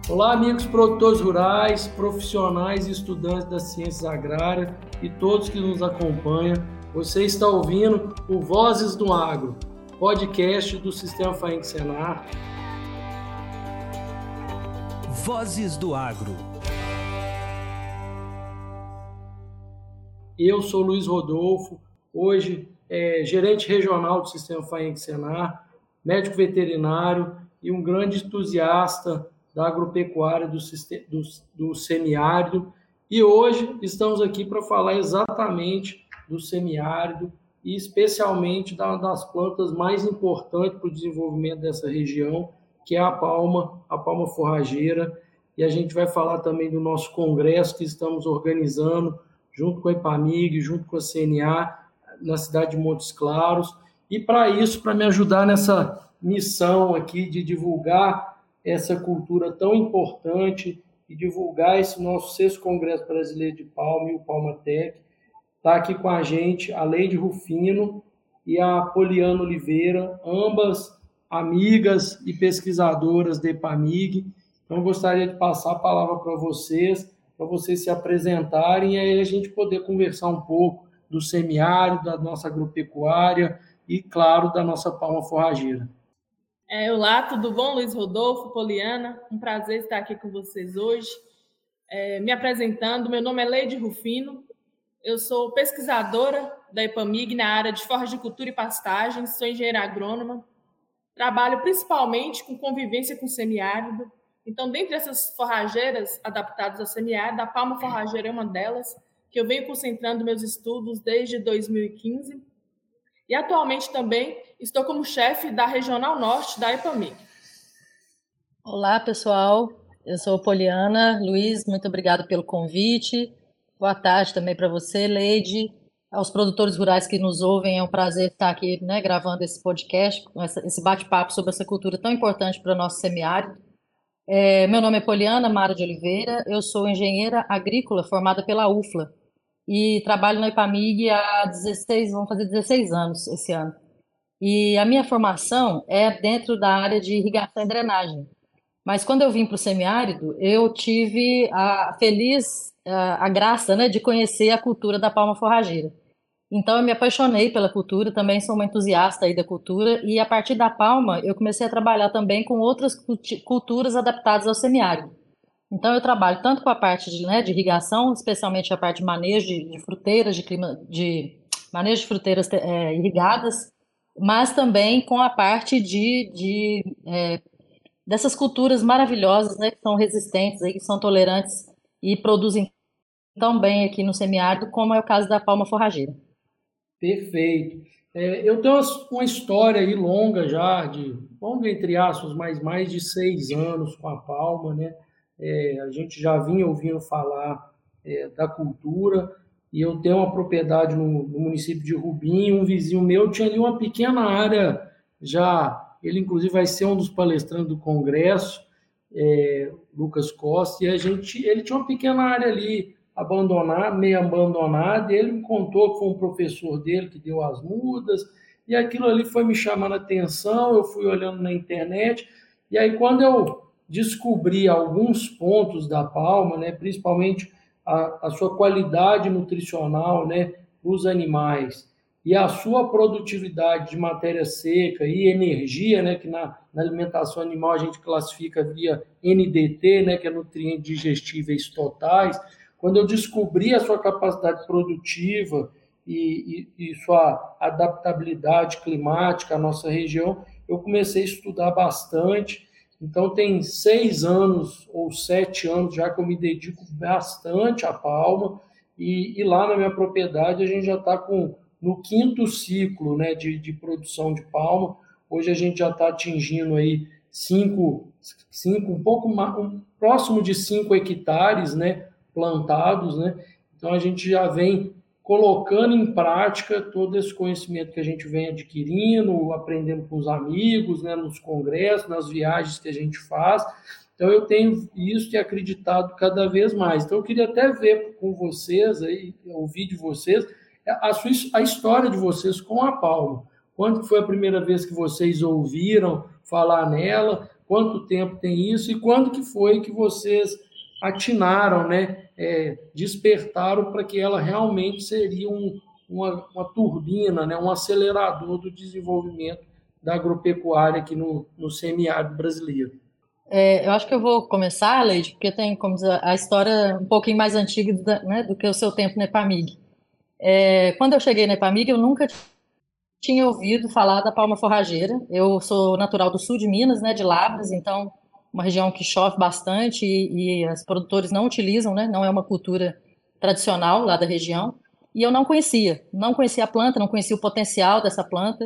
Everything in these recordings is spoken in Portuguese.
Olá, amigos produtores rurais, profissionais e estudantes das ciências agrárias e todos que nos acompanham. Você está ouvindo o Vozes do Agro, podcast do Sistema FAENC Senar. Vozes do Agro. Eu sou Luiz Rodolfo, hoje gerente regional do Sistema FAENC Senar, médico veterinário e um grande entusiasta da agropecuária do semiárido. E hoje estamos aqui para falar exatamente do semiárido e especialmente das plantas mais importantes para o desenvolvimento dessa região, que é a palma forrageira. E a gente vai falar também do nosso congresso que estamos organizando junto com a EPAMIG, junto com a CNA, na cidade de Montes Claros. E para isso, para me ajudar nessa missão aqui de divulgar essa cultura tão importante e divulgar esse nosso 6º Congresso Brasileiro de Palma e o Palmatec, está aqui com a gente a Leide Rufino e a Poliana Oliveira, ambas amigas e pesquisadoras da EPAMIG. Então, eu gostaria de passar a palavra para vocês se apresentarem e aí a gente poder conversar um pouco do semiárido, da nossa agropecuária e, claro, da nossa palma forrageira. Olá, tudo bom? Luiz Rodolfo, Poliana, um prazer estar aqui com vocês hoje. Me apresentando, meu nome é Leide Rufino, eu sou pesquisadora da EPAMIG na área de forragicultura e pastagens, sou engenheira agrônoma, trabalho principalmente com convivência com semiárido. Então, dentre essas forrageiras adaptadas ao semiárido, a palma forrageira é uma delas, que eu venho concentrando meus estudos desde 2015. E atualmente também estou como chefe da Regional Norte da EPAMIG. Olá, pessoal. Eu sou Poliana. Luiz, muito obrigado pelo convite. Boa tarde também para você, Leide. Aos produtores rurais que nos ouvem, é um prazer estar aqui, gravando esse podcast, esse bate-papo sobre essa cultura tão importante para o nosso semiárido. Meu nome é Poliana Mara de Oliveira. Eu sou engenheira agrícola formada pela UFLA. E trabalho na EPAMIG há 16 anos esse ano. E a minha formação é dentro da área de irrigação e drenagem. Mas quando eu vim para o semiárido, eu tive a graça, de conhecer a cultura da palma forrageira. Então eu me apaixonei pela cultura, também sou uma entusiasta aí da cultura, e a partir da palma eu comecei a trabalhar também com outras culturas adaptadas ao semiárido. Então, eu trabalho tanto com a parte de irrigação, especialmente a parte de manejo de fruteiras, manejo de fruteiras irrigadas, mas também com a parte dessas culturas maravilhosas, que são resistentes, que são tolerantes e produzem tão bem aqui no semiárido, como é o caso da palma forrageira. Perfeito. Eu tenho uma história aí longa já, longa entre aspas, mas mais de 6 anos com a palma, a gente já vinha ouvindo falar da cultura e eu tenho uma propriedade no município de Rubim, um vizinho meu tinha ali uma pequena área ele inclusive vai ser um dos palestrantes do congresso, Lucas Costa, e ele tinha uma pequena área ali abandonada, meio abandonada, e ele me contou que foi um professor dele que deu as mudas, e aquilo ali foi me chamando a atenção, eu fui olhando na internet, e aí quando eu descobri alguns pontos da palma, principalmente a sua qualidade nutricional, para os animais e a sua produtividade de matéria seca e energia, que na alimentação animal a gente classifica via NDT, que é nutrientes digestíveis totais. Quando eu descobri a sua capacidade produtiva e sua adaptabilidade climática à nossa região, eu comecei a estudar bastante. Então, tem 6 anos ou 7 anos já que eu me dedico bastante à palma e lá na minha propriedade a gente já está no 5º ciclo de produção de palma. Hoje a gente já está atingindo aí próximo de 5 hectares plantados. Então, a gente já vem colocando em prática todo esse conhecimento que a gente vem adquirindo, aprendendo com os amigos, nos congressos, nas viagens que a gente faz. Então, eu tenho isso e acreditado cada vez mais. Então, eu queria até ver com vocês, ouvir de vocês, a história de vocês com a palma. Quando foi a primeira vez que vocês ouviram falar nela? quanto tempo tem isso e quando que foi que vocês atinaram, né, despertaram para que ela realmente seria uma turbina, né, um acelerador do desenvolvimento da agropecuária aqui no semiárido brasileiro. Eu acho que eu vou começar, Leide, porque tem, como diz, a história um pouquinho mais antiga, né, do que o seu tempo na EPAMIG. Quando eu cheguei na EPAMIG, eu nunca tinha ouvido falar da palma forrageira. Eu sou natural do sul de Minas, né, de Lavras, então uma região que chove bastante e os produtores não utilizam, né, não é uma cultura tradicional lá da região. E eu não conhecia a planta, não conhecia o potencial dessa planta.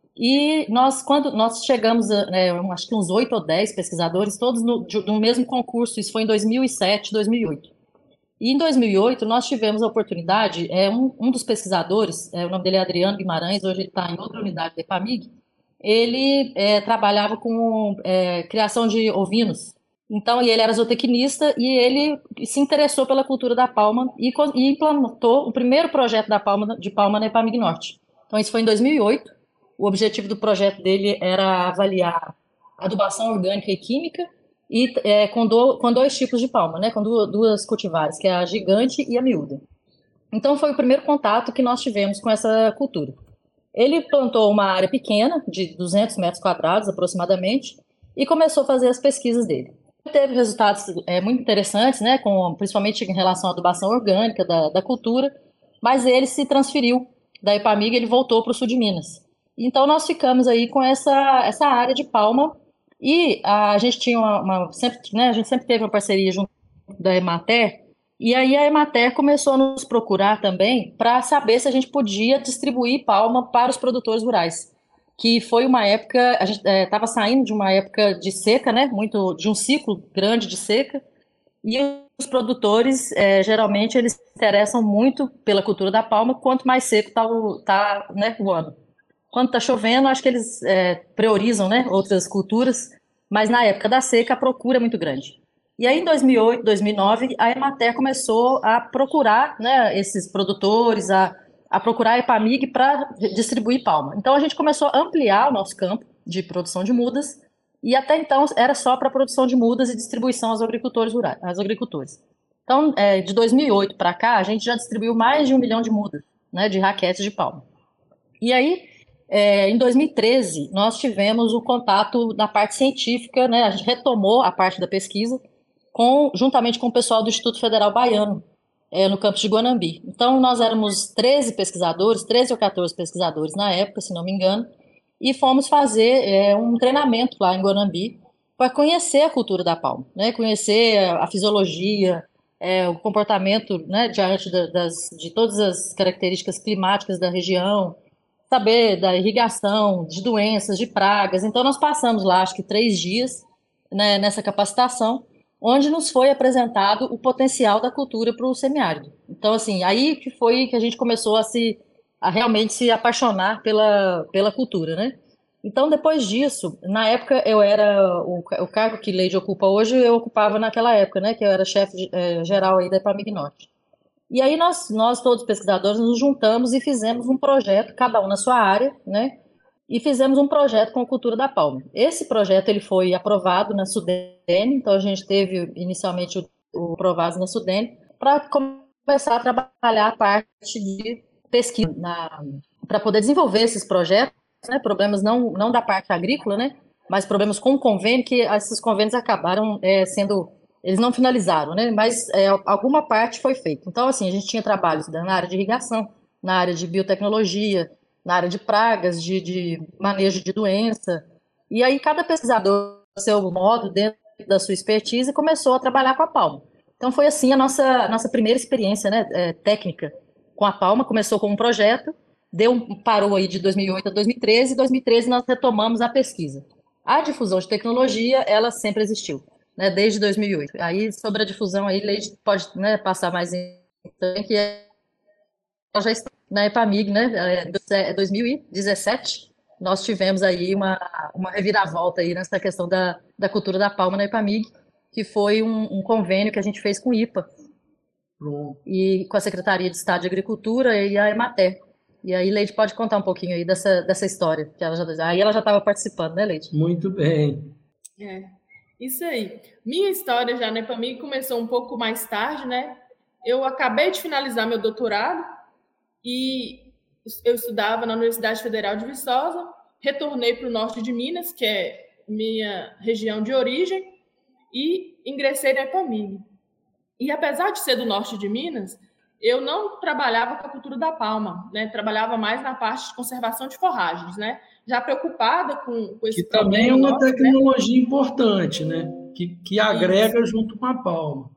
E quando nós chegamos, acho que uns 8 ou 10 pesquisadores, todos no mesmo concurso, isso foi em 2007, 2008. E em 2008 nós tivemos a oportunidade, um dos pesquisadores, o nome dele é Adriano Guimarães, hoje ele está em outra unidade da EPAMIG, ele trabalhava com criação de ovinos. Então, ele era zootecnista e ele se interessou pela cultura da palma e implantou o primeiro projeto de palma na EPAMIG Norte. Então, isso foi em 2008. O objetivo do projeto dele era avaliar adubação orgânica e química e com dois tipos de palma, né, com duas cultivares, que é a gigante e a miúda. Então, foi o primeiro contato que nós tivemos com essa cultura. Ele plantou uma área pequena, de 200 metros quadrados aproximadamente, e começou a fazer as pesquisas dele. Teve resultados muito interessantes, né, principalmente em relação à adubação orgânica da cultura, mas ele se transferiu da EPAMIG, ele voltou para o sul de Minas. Então, nós ficamos aí com essa área de palma e a gente tinha a gente sempre teve uma parceria junto da Emater, e aí a Emater começou a nos procurar também para saber se a gente podia distribuir palma para os produtores rurais, que foi uma época, a gente estava saindo de uma época de seca, né, de um ciclo grande de seca, e os produtores, geralmente, eles se interessam muito pela cultura da palma, quanto mais seco tá, né, o ano. Quando está chovendo, acho que eles priorizam, né, outras culturas, mas na época da seca a procura é muito grande. E aí, em 2008, 2009, a Emater começou a procurar, né, esses produtores, a procurar a EPAMIG para distribuir palma. Então, a gente começou a ampliar o nosso campo de produção de mudas, e até então era só para produção de mudas e distribuição aos agricultores rurais, aos agricultores. Então, de 2008 para cá, a gente já distribuiu mais de 1 milhão de mudas, né, de raquetes de palma. E aí, em 2013, nós tivemos o contato da parte científica, né, a gente retomou a parte da pesquisa, juntamente com o pessoal do Instituto Federal Baiano, no campus de Guanambi. Então, nós éramos 13 ou 14 pesquisadores na época, se não me engano, e fomos fazer um treinamento lá em Guanambi para conhecer a cultura da palma, né? Conhecer a fisiologia, o comportamento, né, diante de todas as características climáticas da região, saber da irrigação, de doenças, de pragas. Então, nós passamos lá, acho que 3 dias, né, nessa capacitação, onde nos foi apresentado o potencial da cultura para o semiárido. Então, assim, aí que foi que a gente começou a realmente se apaixonar pela cultura, né? Então, depois disso, na época eu era o cargo que Leide ocupa hoje, eu ocupava naquela época, né? Que eu era chefe geral aí da EPAMIG Norte. E aí nós todos pesquisadores nos juntamos e fizemos um projeto, cada um na sua área, né? E fizemos um projeto com a cultura da palma. Esse projeto ele foi aprovado na Sudene, então a gente teve inicialmente o aprovado na Sudene para começar a trabalhar a parte de pesquisa para poder desenvolver esses projetos, né? Problemas não da parte agrícola, né? Mas problemas com o convênio, que esses convênios acabaram eles não finalizaram, né? Mas alguma parte foi feita. Então, assim, a gente tinha trabalhos na área de irrigação, na área de biotecnologia, na área de pragas, de manejo de doença. E aí cada pesquisador, do seu modo, dentro da sua expertise, começou a trabalhar com a palma. Então foi assim a nossa primeira experiência, né, técnica com a palma. Começou com um projeto, parou aí de 2008 a 2013, e 2013 nós retomamos a pesquisa. A difusão de tecnologia, ela sempre existiu, né, desde 2008. Aí, sobre a difusão, aí, Leide pode, né, passar mais em que ela já está na EPAMIG, né, 2017, nós tivemos aí uma reviravolta aí nessa questão da cultura da palma na EPAMIG, que foi um convênio que a gente fez com o IPA, e com a Secretaria de Estado de Agricultura e a Emater. E aí, Leide, pode contar um pouquinho aí dessa história, que ela já estava participando, né, Leide? Muito bem. Isso aí. Minha história já na EPAMIG começou um pouco mais tarde, né? Eu acabei de finalizar meu doutorado e eu estudava na Universidade Federal de Viçosa, retornei para o norte de Minas, que é minha região de origem, e ingressei na EPAMIG. E apesar de ser do norte de Minas, eu não trabalhava com a cultura da palma, né? Trabalhava mais na parte de conservação de forragens, né? Já preocupada com Que esse também é problema uma nosso, né? tecnologia importante, né? Que Isso. agrega junto com a palma.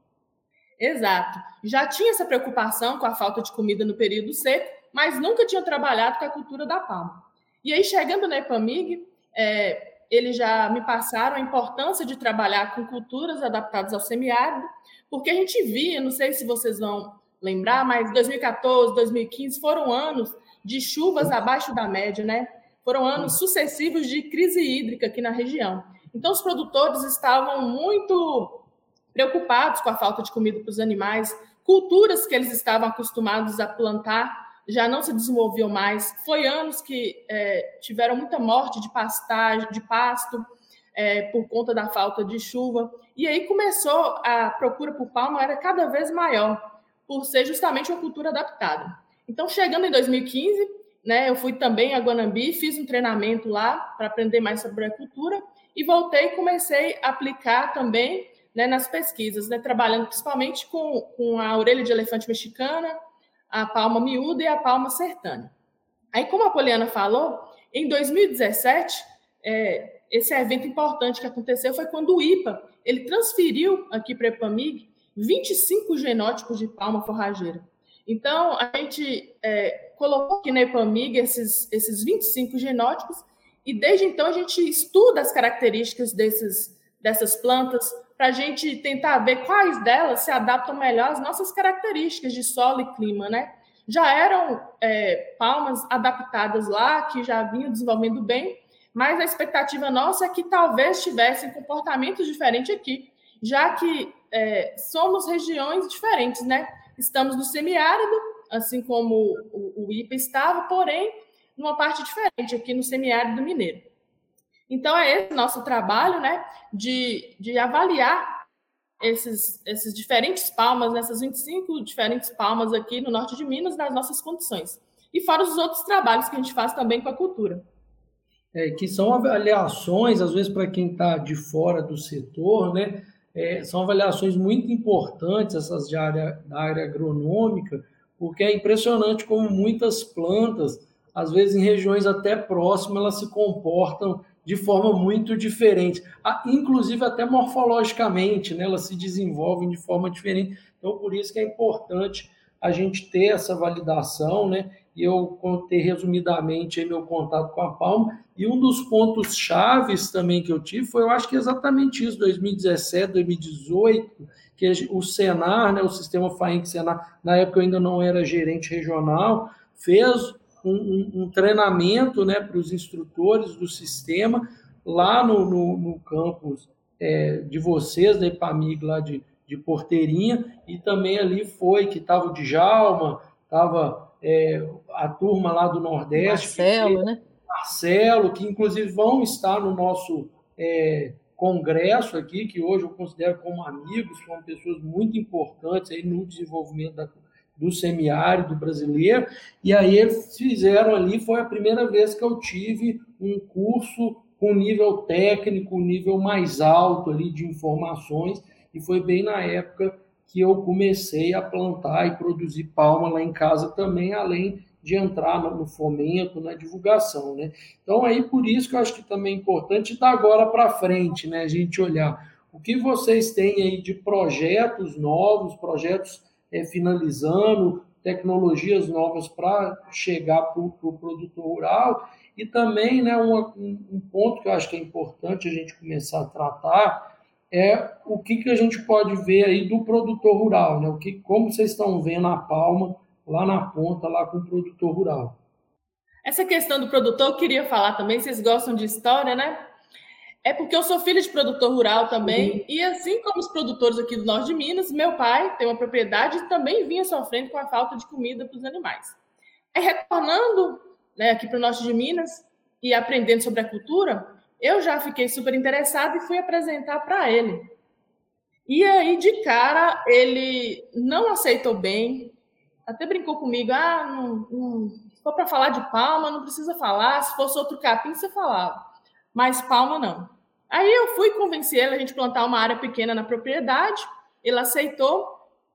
Exato. Já tinha essa preocupação com a falta de comida no período seco, mas nunca tinha trabalhado com a cultura da palma. E aí, chegando na EPAMIG, eles já me passaram a importância de trabalhar com culturas adaptadas ao semiárido, porque a gente via, não sei se vocês vão lembrar, mas 2014, 2015 foram anos de chuvas abaixo da média, né? Foram anos sucessivos de crise hídrica aqui na região. Então, os produtores estavam muito preocupados com a falta de comida para os animais, culturas que eles estavam acostumados a plantar já não se desenvolviam mais. Foi anos que tiveram muita morte de pastagem, de pasto, por conta da falta de chuva. E aí começou a procura por palma era cada vez maior, por ser justamente uma cultura adaptada. Então, chegando em 2015, né, eu fui também a Guanambi, fiz um treinamento lá para aprender mais sobre a cultura e voltei e comecei a aplicar também, né, nas pesquisas, né, trabalhando principalmente com a orelha de elefante mexicana, a palma miúda e a palma sertânia. Aí, como a Poliana falou, em 2017, esse evento importante que aconteceu foi quando o IPA ele transferiu aqui para a EPAMIG 25 genótipos de palma forrageira. Então, a gente colocou aqui na EPAMIG esses 25 genótipos e desde então a gente estuda as características dessas plantas para a gente tentar ver quais delas se adaptam melhor às nossas características de solo e clima, né? Já eram palmas adaptadas lá, que já vinham desenvolvendo bem, mas a expectativa nossa é que talvez tivessem comportamentos diferentes aqui, já que somos regiões diferentes, né? Estamos no semiárido, assim como o IPA estava, porém, numa parte diferente, aqui no semiárido mineiro. Então, é esse nosso trabalho, né, de avaliar esses diferentes palmas, essas 25 diferentes palmas aqui no norte de Minas, nas nossas condições. E fora os outros trabalhos que a gente faz também com a cultura. Que são avaliações, às vezes, para quem está de fora do setor, né? São avaliações muito importantes, essas da área agronômica, porque é impressionante como muitas plantas, às vezes em regiões até próximas, elas se comportam de forma muito diferente, inclusive até morfologicamente, né? Elas se desenvolvem de forma diferente. Então, por isso que é importante a gente ter essa validação, né? E eu contei resumidamente aí meu contato com a palma, e um dos pontos chaves também que eu tive foi, eu acho que exatamente isso, 2017, 2018, que o Senar, né, o Sistema FAENC Senar, na época eu ainda não era gerente regional, fez um treinamento, né, para os instrutores do sistema lá no campus de vocês, da EPAMIG lá de Porteirinha, e também ali foi que estava o Djalma, estava a turma lá do Nordeste, Marcelo, né? Marcelo, que inclusive vão estar no nosso congresso aqui, que hoje eu considero como amigos, são pessoas muito importantes aí no desenvolvimento do semiárido brasileiro, e aí eles fizeram ali, foi a primeira vez que eu tive um curso com nível técnico, um nível mais alto ali de informações, e foi bem na época que eu comecei a plantar e produzir palma lá em casa também, além de entrar no fomento, na divulgação, né? Então, aí por isso que eu acho que também é importante da agora para frente, né? A gente olhar o que vocês têm aí de projetos novos, projetos finalizando, tecnologias novas para chegar para o produtor rural, e também, né, um ponto que eu acho que é importante a gente começar a tratar o que a gente pode ver aí do produtor rural, né? Como vocês estão vendo a palma lá na ponta, lá com o produtor rural. Essa questão do produtor, eu queria falar também, vocês gostam de história, né? É porque eu sou filha de produtor rural também, e assim como os produtores aqui do norte de Minas, meu pai tem uma propriedade e também vinha sofrendo com a falta de comida para os animais. Aí, retornando, né, aqui para o norte de Minas e aprendendo sobre a cultura, eu já fiquei super interessada e fui apresentar para ele. E aí, de cara, ele não aceitou bem, até brincou comigo, se for para falar de palma, não precisa falar, se fosse outro capim, você falava, mas palma não. Aí eu fui convencer ele a gente plantar uma área pequena na propriedade, ele aceitou,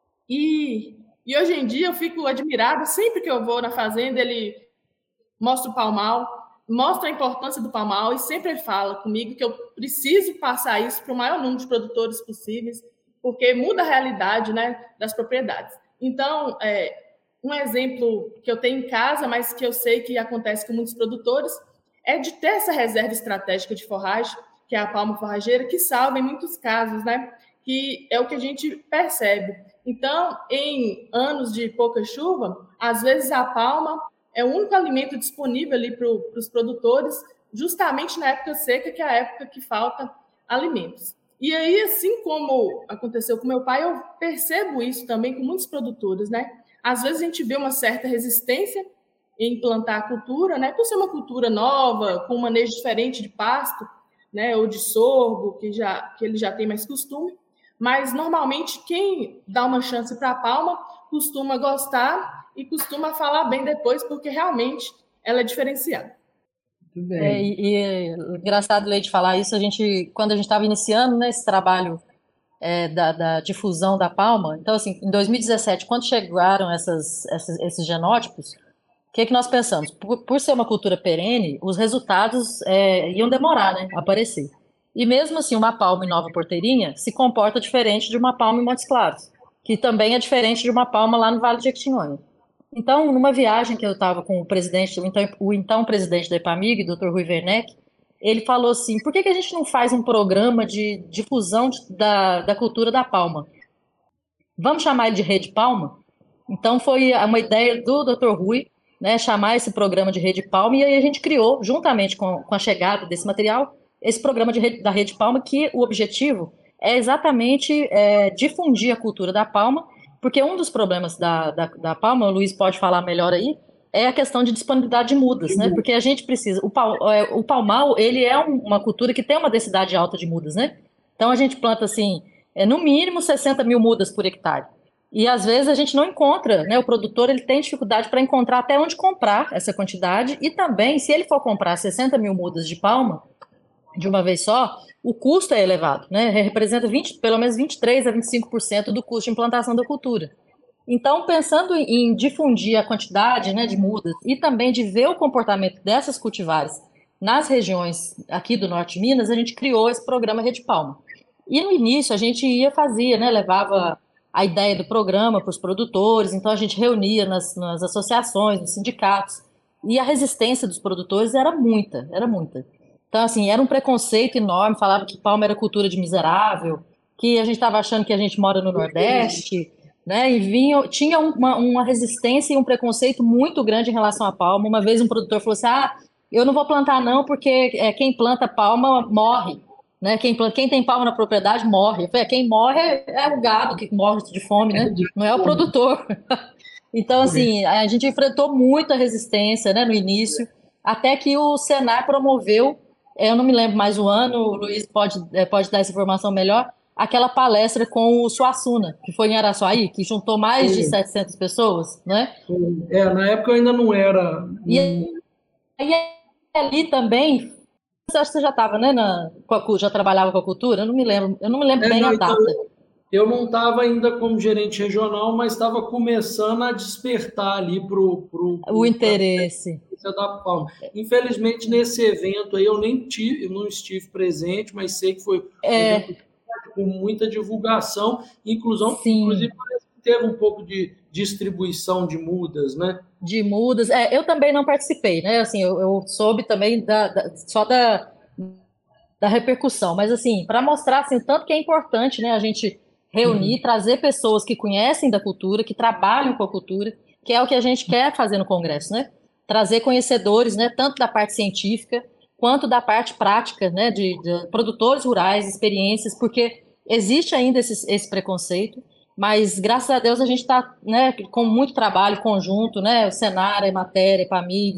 e hoje em dia eu fico admirada, sempre que eu vou na fazenda, ele mostra o palmal, mostra a importância do palmal e sempre fala comigo que eu preciso passar isso para o maior número de produtores possíveis, porque muda a realidade, né, das propriedades. Então, um exemplo que eu tenho em casa, mas que eu sei que acontece com muitos produtores, é de ter essa reserva estratégica de forragem, que é a palma forrageira, que salva em muitos casos, né? Que é o que a gente percebe. Então, em anos de pouca chuva, às vezes a palma é o único alimento disponível ali para os produtores, justamente na época seca, que é a época que falta alimentos. E aí, assim como aconteceu com meu pai, eu percebo isso também com muitos produtores, né? Às vezes a gente vê uma certa resistência em plantar a cultura, né? Por ser uma cultura nova, com um manejo diferente de pasto, né? Ou de sorgo, que ele já tem mais costume. Mas, normalmente, quem dá uma chance para a palma costuma gostar e costuma falar bem depois, porque realmente ela é diferenciada. Muito bem. Engraçado, Leite, falar isso, quando a gente estava iniciando, né, esse trabalho da difusão da palma, então, assim, em 2017, quando chegaram esses genótipos, o que nós pensamos? Por ser uma cultura perene, os resultados iam demorar, né, a aparecer. E mesmo assim, uma palma em Nova Porteirinha se comporta diferente de uma palma em Montes Claros, que também é diferente de uma palma lá no Vale de Jequitinhonha. Então, numa viagem que eu estava com o presidente, o então presidente da EPAMIG, Dr. Rui Werneck, ele falou assim, por que a gente não faz um programa de difusão da cultura da palma? Vamos chamar ele de Rede Palma? Então, foi uma ideia do Dr. Rui, né, chamar esse programa de Rede Palma, e aí a gente criou, juntamente com a chegada desse material, esse programa da Rede Palma, que o objetivo é exatamente difundir a cultura da palma, porque um dos problemas da palma, o Luiz pode falar melhor aí, é a questão de disponibilidade de mudas, né? Porque a gente precisa... O palmal, ele é uma cultura que tem uma densidade alta de mudas, né? Então, a gente planta, assim, no mínimo 60 mil mudas por hectare. E, às vezes, a gente não encontra, né? O produtor, ele tem dificuldade para encontrar até onde comprar essa quantidade. E também, se ele for comprar 60 mil mudas de palma, de uma vez só, o custo é elevado, né? Representa pelo menos 23% a 25% do custo de implantação da cultura. Então, pensando em difundir a quantidade, né, de mudas e também de ver o comportamento dessas cultivares nas regiões aqui do norte de Minas, a gente criou esse programa Rede Palma. E no início a gente fazia, né, levava a ideia do programa para os produtores, então a gente reunia nas associações, nos sindicatos, e a resistência dos produtores era muita, era muita. Então, assim, era um preconceito enorme, falava que palma era cultura de miserável, que a gente estava achando que a gente mora no Nordeste, né? E tinha uma resistência e um preconceito muito grande em relação à palma. Uma vez um produtor falou assim, eu não vou plantar não, porque quem planta palma morre, né? Quem tem palma na propriedade morre. Eu falei, quem morre é o gado que morre de fome, né? Não é o produtor. Então, assim, a gente enfrentou muita resistência, né, no início, até que o Senar promoveu, eu não me lembro mais o ano, o Luiz pode dar essa informação melhor, aquela palestra com o Suassuna, que foi em Araçuaí, que juntou mais de 700 pessoas, né? Na época eu ainda não era... E aí, ali também, você acha que você já estava, né, já trabalhava com a cultura? Eu não me lembro bem a data. Eu não estava ainda como gerente regional, mas estava começando a despertar ali o interesse da palma. Infelizmente, nesse evento aí eu não estive presente, mas sei que foi um evento com muita divulgação, inclusive parece que teve um pouco de distribuição de mudas, né? De mudas. Eu também não participei, né? Assim, eu soube também só da repercussão, mas assim, para mostrar assim, o tanto que é importante, né, a gente reunir, trazer pessoas que conhecem da cultura, que trabalham com a cultura, que é o que a gente quer fazer no Congresso, né? Trazer conhecedores, né, tanto da parte científica quanto da parte prática, né, de produtores rurais, experiências, porque existe ainda esse preconceito, mas graças a Deus a gente está, né, com muito trabalho conjunto, né, o Senar, a Emater, a EPAMIG,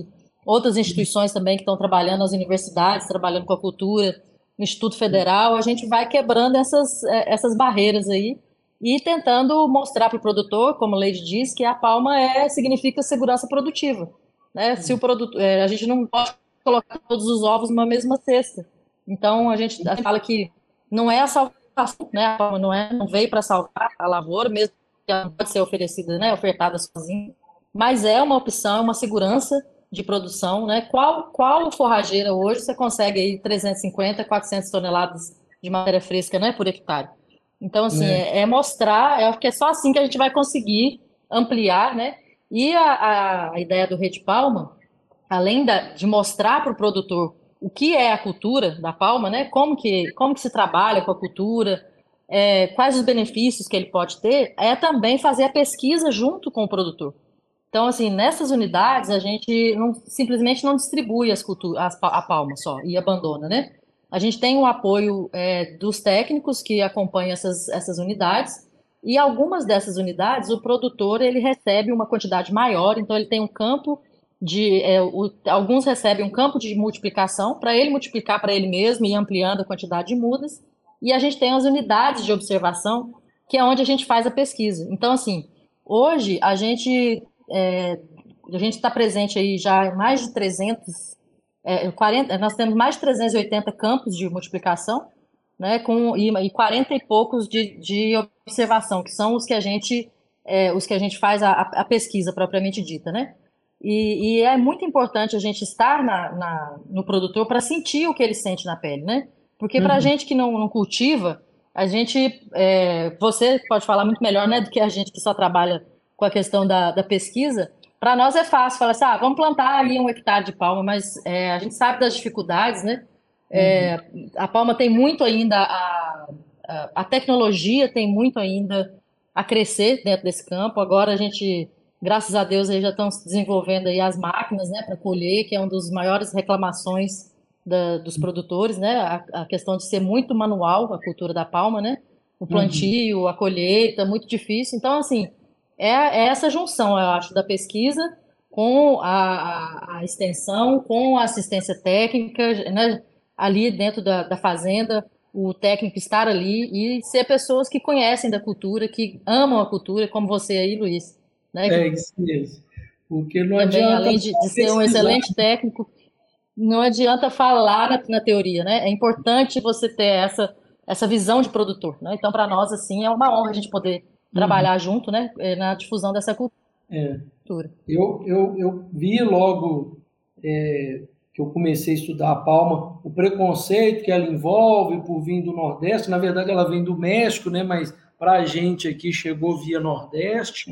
outras instituições também que estão trabalhando, as universidades, trabalhando com a cultura, no Instituto Federal, a gente vai quebrando essas barreiras aí e tentando mostrar para o produtor, como a Leide diz, que a palma significa segurança produtiva, né? Se o produto, a gente não pode colocar todos os ovos numa mesma cesta. Então, a gente fala que não é a salvação, né? A palma não veio para salvar a lavoura, mesmo que ela não pode ser oferecida, né? Ofertada sozinha, mas é uma opção, é uma segurança de produção, né? Qual forrageira hoje você consegue aí 350, 400 toneladas de matéria fresca, né, por hectare? Então, assim, mostrar, eu acho que é só assim que a gente vai conseguir ampliar, né? E a ideia do Rede Palma, além de mostrar para o produtor o que é a cultura da palma, né? Como que se trabalha com a cultura, quais os benefícios que ele pode ter, é também fazer a pesquisa junto com o produtor. Então, assim, nessas unidades, a gente simplesmente não distribui a palma só e abandona, né? A gente tem o apoio dos técnicos que acompanham essas unidades, e algumas dessas unidades, o produtor ele recebe uma quantidade maior, então ele tem um campo alguns recebem um campo de multiplicação para ele multiplicar para ele mesmo e ir ampliando a quantidade de mudas, e a gente tem as unidades de observação, que é onde a gente faz a pesquisa. Então, assim, hoje a gente está presente aí já em mais de 40, nós temos mais de 380 campos de multiplicação, né, e 40 e poucos de observação, que são os que a gente faz a pesquisa propriamente dita, né? E é muito importante a gente estar no produtor para sentir o que ele sente na pele, né? Porque para a gente que não cultiva, você pode falar muito melhor, né, do que a gente que só trabalha com a questão da pesquisa. Para nós é fácil falar assim, vamos plantar ali 1 hectare de palma, mas a gente sabe das dificuldades, né? A palma tem muito ainda, a tecnologia tem muito ainda a crescer dentro desse campo. Agora a gente, graças a Deus, aí já estão se desenvolvendo aí as máquinas, né, para colher, que é uma das maiores reclamações dos produtores, né? A questão de ser muito manual a cultura da palma, né? O plantio, a colheita, muito difícil. Então, assim, é essa junção, eu acho, da pesquisa com a extensão, com a assistência técnica, né? Ali dentro da fazenda, o técnico estar ali e ser pessoas que conhecem da cultura, que amam a cultura, como você aí, Luiz, né? É isso mesmo. Porque não Também, adianta além de ser um excelente técnico, não adianta falar na teoria, né? É importante você ter essa visão de produtor, né? Então, para nós, assim, é uma honra a gente poder trabalhar junto, né? Na difusão dessa cultura. Eu vi logo que eu comecei a estudar a palma, o preconceito que ela envolve por vir do Nordeste. Na verdade, ela vem do México, né? Mas para a gente aqui chegou via Nordeste.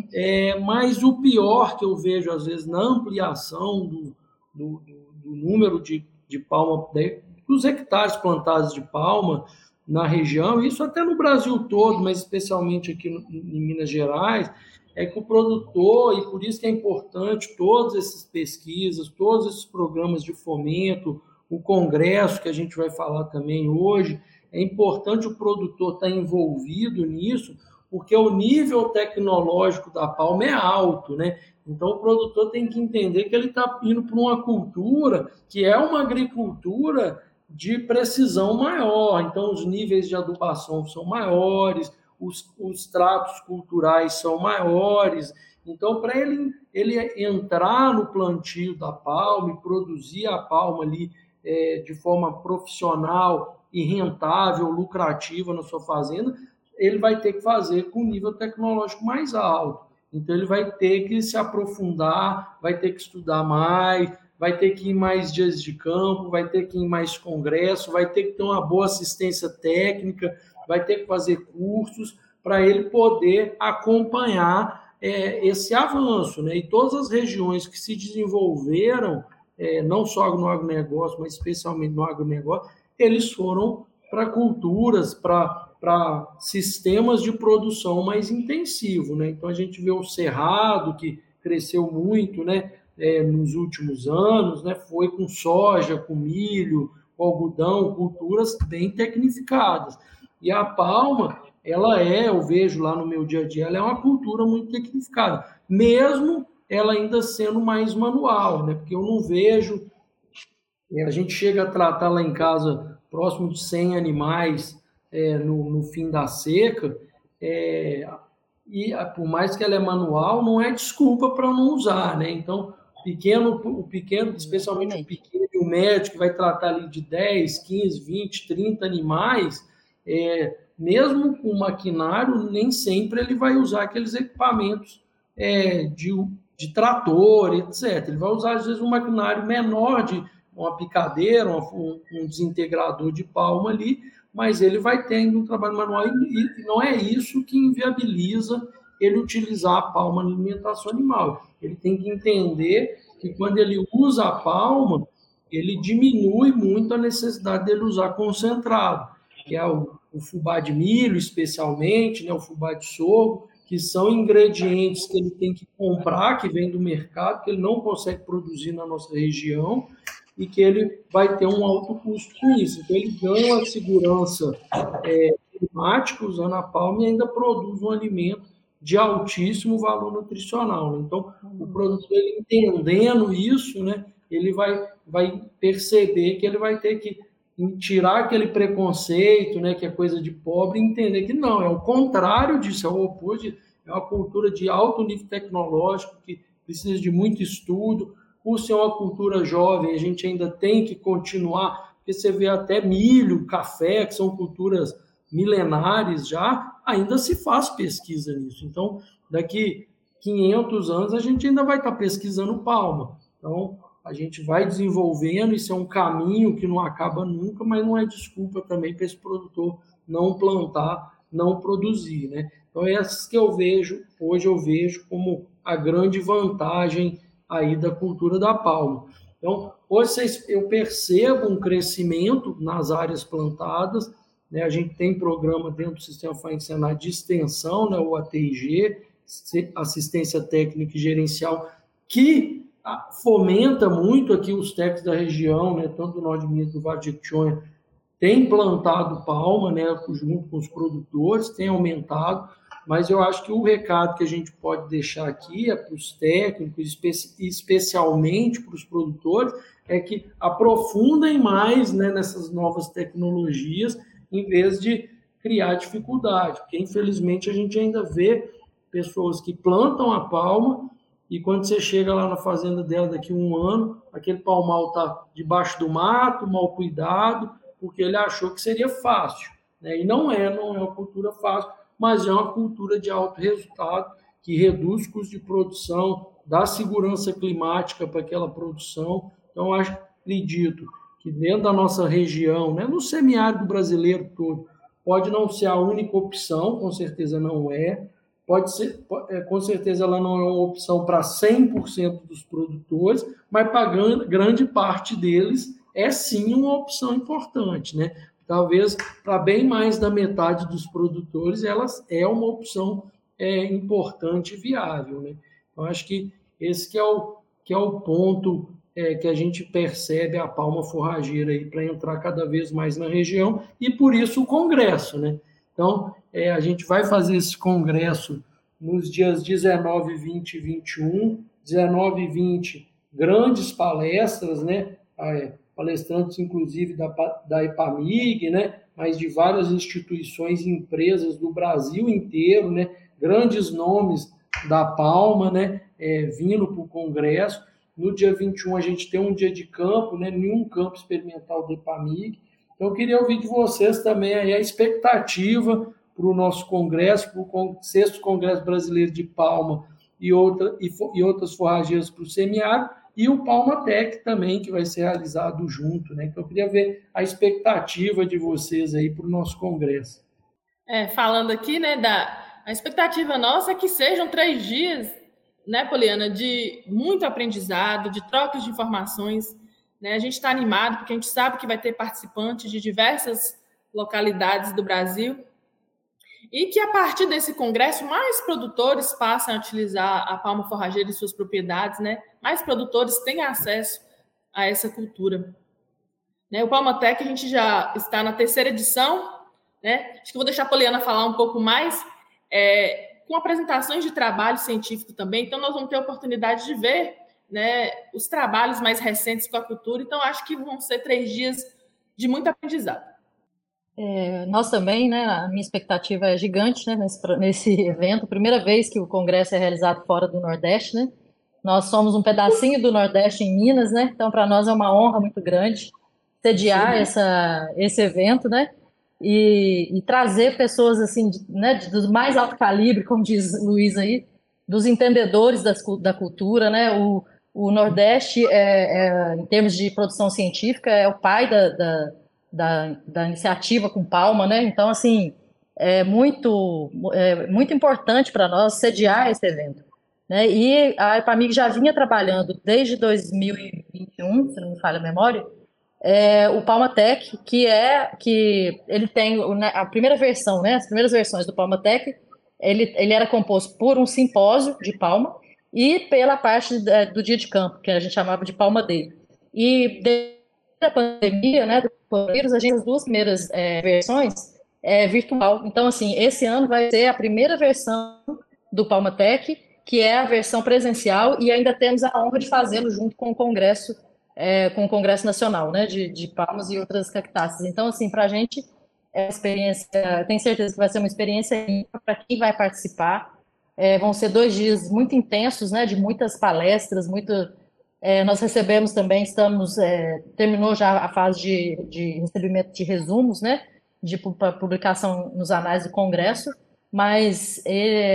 Mas o pior que eu vejo, às vezes, na ampliação do número de palma, dos hectares plantados de palma na região, isso até no Brasil todo, mas especialmente aqui em Minas Gerais, é que o produtor, e por isso que é importante todas essas pesquisas, todos esses programas de fomento, o congresso que a gente vai falar também hoje, é importante o produtor estar envolvido nisso, porque o nível tecnológico da palma é alto, né? Então o produtor tem que entender que ele está indo para uma cultura que é uma agricultura de precisão maior. Então os níveis de adubação são maiores, os tratos culturais são maiores. Então, para ele entrar no plantio da palma e produzir a palma ali de forma profissional e rentável, lucrativa na sua fazenda, ele vai ter que fazer com um nível tecnológico mais alto. Então, ele vai ter que se aprofundar, vai ter que estudar mais, vai ter que ir mais dias de campo, vai ter que ir mais congresso, vai ter que ter uma boa assistência técnica, vai ter que fazer cursos para ele poder acompanhar esse avanço, né? E todas as regiões que se desenvolveram, não só no agronegócio, mas especialmente no agronegócio, eles foram para culturas, para sistemas de produção mais intensivo, né? Então a gente vê o Cerrado, que cresceu muito, né, nos últimos anos, né? Foi com soja, com milho, com algodão, culturas bem tecnificadas. E a palma, eu vejo lá no meu dia a dia, ela é uma cultura muito tecnificada, mesmo ela ainda sendo mais manual, né? Porque eu não vejo, a gente chega a tratar lá em casa próximo de 100 animais no fim da seca, e por mais que ela é manual, não é desculpa para não usar, né? Então, o pequeno, especialmente o pequeno e o médio, que vai tratar ali de 10, 15, 20, 30 animais, mesmo com maquinário, nem sempre ele vai usar aqueles equipamentos de trator, etc. Ele vai usar, às vezes, um maquinário menor, de uma picadeira, um desintegrador de palma ali, mas ele vai tendo um trabalho manual e não é isso que inviabiliza ele utilizar a palma na alimentação animal. Ele tem que entender que quando ele usa a palma, ele diminui muito a necessidade dele usar concentrado, que é o fubá de milho, especialmente, né, o fubá de sorgo, que são ingredientes que ele tem que comprar, que vem do mercado, que ele não consegue produzir na nossa região, e que ele vai ter um alto custo com isso. Então, ele ganha uma segurança climática usando a palma e ainda produz um alimento de altíssimo valor nutricional, né? Então, o produtor, ele entendendo isso, né, ele vai perceber que ele vai ter que tirar aquele preconceito, né, que é coisa de pobre, e entender que não, é o contrário disso, é o oposto, é uma cultura de alto nível tecnológico, que precisa de muito estudo. Por ser uma cultura jovem, a gente ainda tem que continuar, porque você vê até milho, café, que são culturas milenares já, ainda se faz pesquisa nisso. Então, daqui 500 anos, a gente ainda vai estar pesquisando palma. Então, a gente vai desenvolvendo, isso é um caminho que não acaba nunca, mas não é desculpa também para esse produtor não plantar, não produzir, né? Então, essas que hoje eu vejo como a grande vantagem aí da cultura da palma. Então, hoje eu percebo um crescimento nas áreas plantadas, né? A gente tem programa dentro do Sistema Faencenário de extensão, né? O ATIG, Assistência Técnica e Gerencial, que fomenta muito aqui os técnicos da região, né? Tanto do Norte de Minas do Vale de Jequitinhonha, tem plantado palma, né? Junto com os produtores, tem aumentado. Mas eu acho que o recado que a gente pode deixar aqui é para os técnicos, especialmente para os produtores, é que aprofundem mais, né, nessas novas tecnologias, em vez de criar dificuldade. Porque, infelizmente, a gente ainda vê pessoas que plantam a palma e quando você chega lá na fazenda dela daqui a um ano, aquele palmal está debaixo do mato, mal cuidado, porque ele achou que seria fácil, né? E não é uma cultura fácil, mas é uma cultura de alto resultado, que reduz o custo de produção, dá segurança climática para aquela produção. Então, eu acredito que dentro da nossa região, né, no semiárido brasileiro todo, pode não ser a única opção, com certeza não é, pode ser, com certeza ela não é uma opção para 100% dos produtores, mas para grande parte deles é sim uma opção importante, né? Talvez para bem mais da metade dos produtores, elas é uma opção importante e viável, né? Então, acho que esse que é o ponto que a gente percebe a palma forrageira aí para entrar cada vez mais na região, e por isso o congresso, né? Então, a gente vai fazer esse congresso nos dias 19, 20 e 21. 19 e 20, grandes palestras, né? Palestrantes, inclusive, da EPAMIG, né? Mas de várias instituições e empresas do Brasil inteiro, né? Grandes nomes da palma, né? Vindo para o congresso. No dia 21, a gente tem um dia de campo, né? Nenhum campo experimental da EPAMIG. Então, eu queria ouvir de vocês também aí a expectativa para o nosso congresso, para o 6º Congresso Brasileiro de Palma e outras forrageiras para o semiárido, e o Palmatec também, que vai ser realizado junto, né? Então, eu queria ver a expectativa de vocês aí para o nosso congresso. Falando aqui, né, a expectativa nossa é que sejam 3 dias, né, Poliana, de muito aprendizado, de trocas de informações, né? A gente está animado porque a gente sabe que vai ter participantes de diversas localidades do Brasil e que, a partir desse congresso, mais produtores passam a utilizar a palma forrageira em suas propriedades, né? Mais produtores têm acesso a essa cultura, né? O Palmatec, a gente já está na 3ª edição, né? Acho que vou deixar a Poliana falar um pouco mais. com apresentações de trabalho científico também. Então, nós vamos ter a oportunidade de ver, né, os trabalhos mais recentes com a cultura. Então, acho que vão ser 3 dias de muito aprendizado. Nós também, né, a minha expectativa é gigante, né, nesse evento. Primeira vez que o congresso é realizado fora do Nordeste, né? Nós somos um pedacinho do Nordeste em Minas, né? Então, para nós é uma honra muito grande sediar esse evento, né? E trazer pessoas assim, né, do mais alto calibre, como diz Luiz aí, dos entendedores da cultura, né? O Nordeste, em termos de produção científica, é o pai da iniciativa com Palma, né? Então, assim, muito importante para nós sediar esse evento, né? E a EPAMIG já vinha trabalhando desde 2021, se não me falha a memória, o Palmatec, que ele tem a primeira versão, né? As primeiras versões do Palmatec, ele era composto por um simpósio de Palma e pela parte do dia de campo, que a gente chamava de Palma Day. E desde a pandemia, né, do coronavírus, a gente as 2 primeiras versões virtual. Então, assim, esse ano vai ser a primeira versão do Palmatec, que é a versão presencial, e ainda temos a honra de fazê-lo junto com o Congresso Nacional, né, de Palmas e outras cactáceas. Então, assim, para a gente é uma experiência, tenho certeza que vai ser uma experiência para quem vai participar. Vão ser 2 dias muito intensos, né, de muitas palestras, nós recebemos também, terminou já a fase de recebimento de resumos, né, de publicação nos anais do Congresso, mas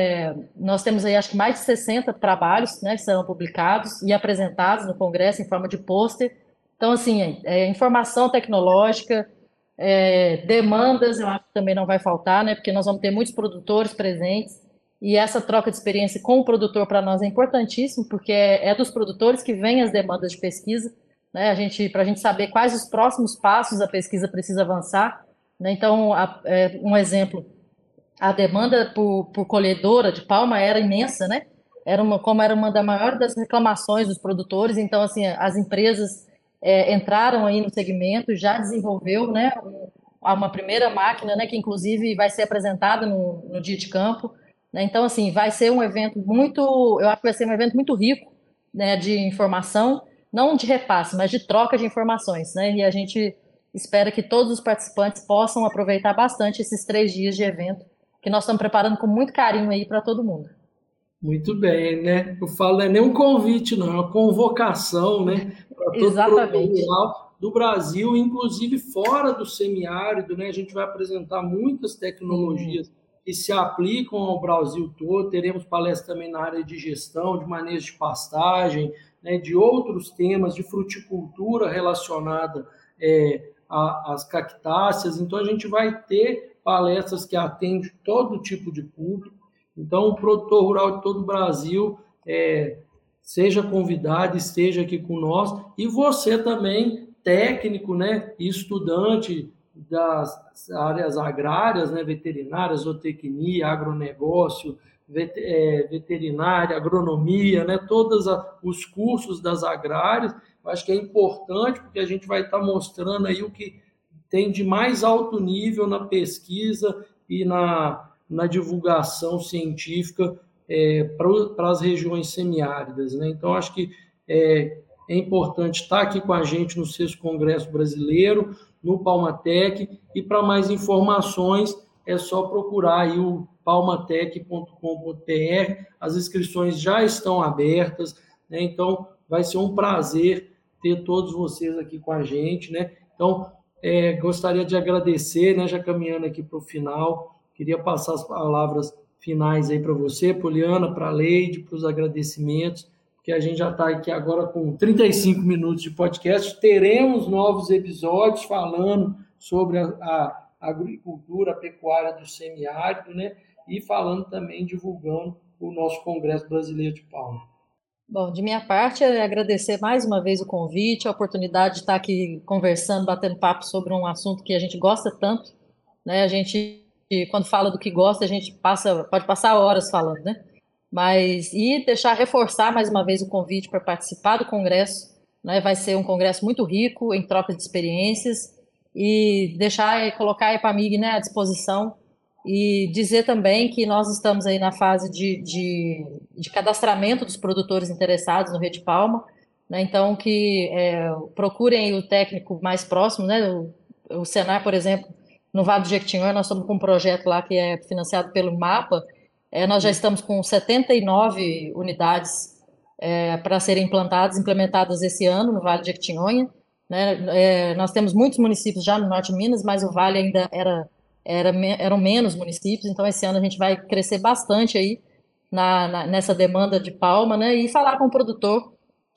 nós temos aí acho que mais de 60 trabalhos, né, que serão publicados e apresentados no Congresso em forma de pôster. Então, assim, informação tecnológica, demandas, eu acho que também não vai faltar, né, porque nós vamos ter muitos produtores presentes, e essa troca de experiência com o produtor para nós é importantíssimo, porque é dos produtores que vêm as demandas de pesquisa, né, para a gente saber quais os próximos passos a pesquisa precisa avançar, né. Então, um exemplo, a demanda por colhedora de palma era imensa, né? Como era uma das maiores das reclamações dos produtores, então, assim, as empresas entraram aí no segmento, já desenvolveu, né, uma primeira máquina, né, que inclusive vai ser apresentada no dia de campo, né? Então, assim, vai ser um evento eu acho que vai ser um evento muito rico, né, de informação, não de repasse, mas de troca de informações, né? E a gente espera que todos os participantes possam aproveitar bastante esses 3 dias de evento, que nós estamos preparando com muito carinho aí para todo mundo. Muito bem, né? Eu falo, não é nem um convite, não, é uma convocação, né? Para todo produtor rural do Brasil, inclusive fora do semiárido, né? A gente vai apresentar muitas tecnologias que se aplicam ao Brasil todo. Teremos palestras também na área de gestão, de manejo de pastagem, né? De outros temas, de fruticultura relacionada às cactáceas. Então, a gente vai ter palestras que atendem todo tipo de público. Então, o produtor rural de todo o Brasil seja convidado, esteja aqui com nós. E você também, técnico, né, e estudante das áreas agrárias, né, veterinária, zootecnia, agronegócio, veterinária, agronomia, né, todos os cursos das agrárias. Eu acho que é importante, porque a gente vai estar mostrando aí o que tem de mais alto nível na pesquisa e na divulgação científica para as regiões semiáridas, né? Então, acho que é importante estar aqui com a gente no 6º Congresso Brasileiro, no Palmatec, e para mais informações é só procurar aí o palmatec.com.br, as inscrições já estão abertas, né? Então, vai ser um prazer ter todos vocês aqui com a gente, né? Então, gostaria de agradecer, né, já caminhando aqui para o final, queria passar as palavras finais aí para você, Poliana, para a Leide, para os agradecimentos, porque a gente já está aqui agora com 35 minutos de podcast, teremos novos episódios falando sobre a agricultura, a pecuária do semiárido, né, e falando também, divulgando o nosso Congresso Brasileiro de Palma. Bom, de minha parte, é agradecer mais uma vez o convite, a oportunidade de estar aqui conversando, batendo papo sobre um assunto que a gente gosta tanto, né? A gente, quando fala do que gosta, a gente pode passar horas falando, né? E reforçar mais uma vez o convite para participar do congresso, né? Vai ser um congresso muito rico em troca de experiências e colocar a EPAMIG, né, à disposição e dizer também que nós estamos aí na fase de cadastramento dos produtores interessados no Rede Palma, né? Então, que procurem o técnico mais próximo, né? O Senar, por exemplo, no Vale do Jequitinhonha, nós estamos com um projeto lá que é financiado pelo MAPA. Nós já estamos com 79 unidades para serem implementadas esse ano no Vale do Jequitinhonha, né? Nós temos muitos municípios já no Norte de Minas, mas o Vale ainda eram menos municípios, então esse ano a gente vai crescer bastante aí nessa demanda de palma, né? E falar com o produtor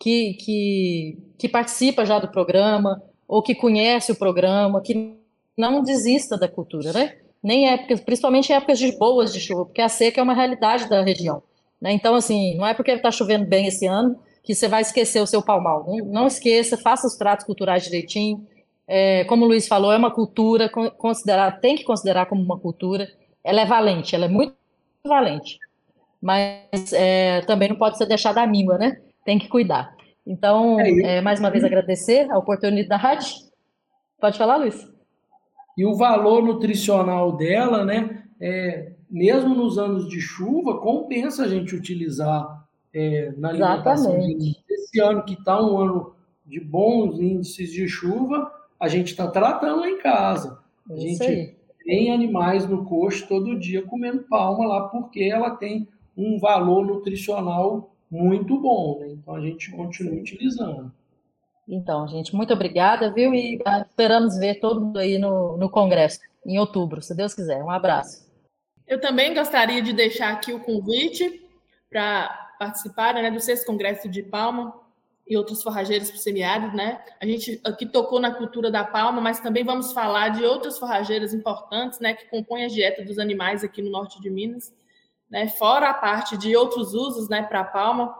que participa já do programa, ou que conhece o programa, que não desista da cultura, né? Nem épocas, principalmente em épocas boas de chuva, porque a seca é uma realidade da região, né? Então, assim, não é porque está chovendo bem esse ano que você vai esquecer o seu palmal. Não esqueça, faça os tratos culturais direitinho. Como o Luiz falou, é uma cultura, tem que considerar como uma cultura. Ela é valente, ela é muito valente, mas também não pode ser deixada à míngua, né? Tem que cuidar. Então, mais uma vez agradecer a oportunidade. Pode falar, Luiz? E o valor nutricional dela, né? Mesmo nos anos de chuva, compensa a gente utilizar na alimentação. Esse ano que está um ano de bons índices de chuva, a gente está tratando lá em casa. A gente tem animais no coxo todo dia comendo palma lá, porque ela tem um valor nutricional muito bom, né? Então a gente continua utilizando. Então, gente, muito obrigada, viu? E esperamos ver todo mundo aí no Congresso, em outubro, se Deus quiser. Um abraço. Eu também gostaria de deixar aqui o convite para participar, né, do 6º Congresso de Palma e outros forrageiros para o semiárido, né? A gente aqui tocou na cultura da palma, mas também vamos falar de outras forrageiras importantes, né, que compõem a dieta dos animais aqui no norte de Minas, né? Fora a parte de outros usos, né, para a palma.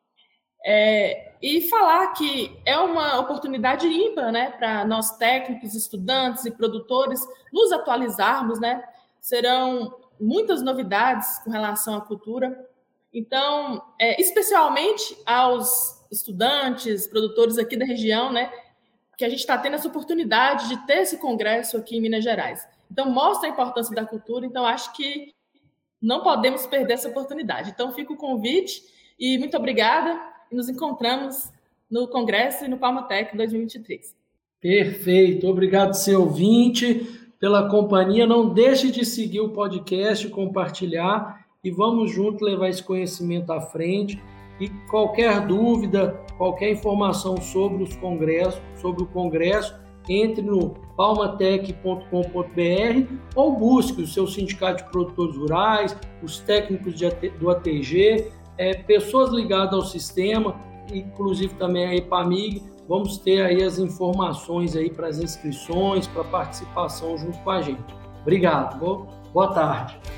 E falar que é uma oportunidade ímpar, né, para nós técnicos, estudantes e produtores nos atualizarmos, né? Serão muitas novidades com relação à cultura. Então, especialmente aos estudantes, produtores aqui da região, né, que a gente está tendo essa oportunidade de ter esse congresso aqui em Minas Gerais. Então, mostra a importância da cultura. Então, acho que não podemos perder essa oportunidade. Então, fica o convite e muito obrigada. E nos encontramos no Congresso e no Palmatec 2023. Perfeito. Obrigado, seu ouvinte, pela companhia. Não deixe de seguir o podcast, compartilhar e vamos juntos levar esse conhecimento à frente. E qualquer dúvida, qualquer informação sobre o Congresso, entre no palmatec.com.br ou busque o seu sindicato de produtores rurais, os técnicos do ATG, pessoas ligadas ao sistema, inclusive também a EPAMIG. Vamos ter aí as informações aí para as inscrições, para a participação junto com a gente. Obrigado. Boa tarde.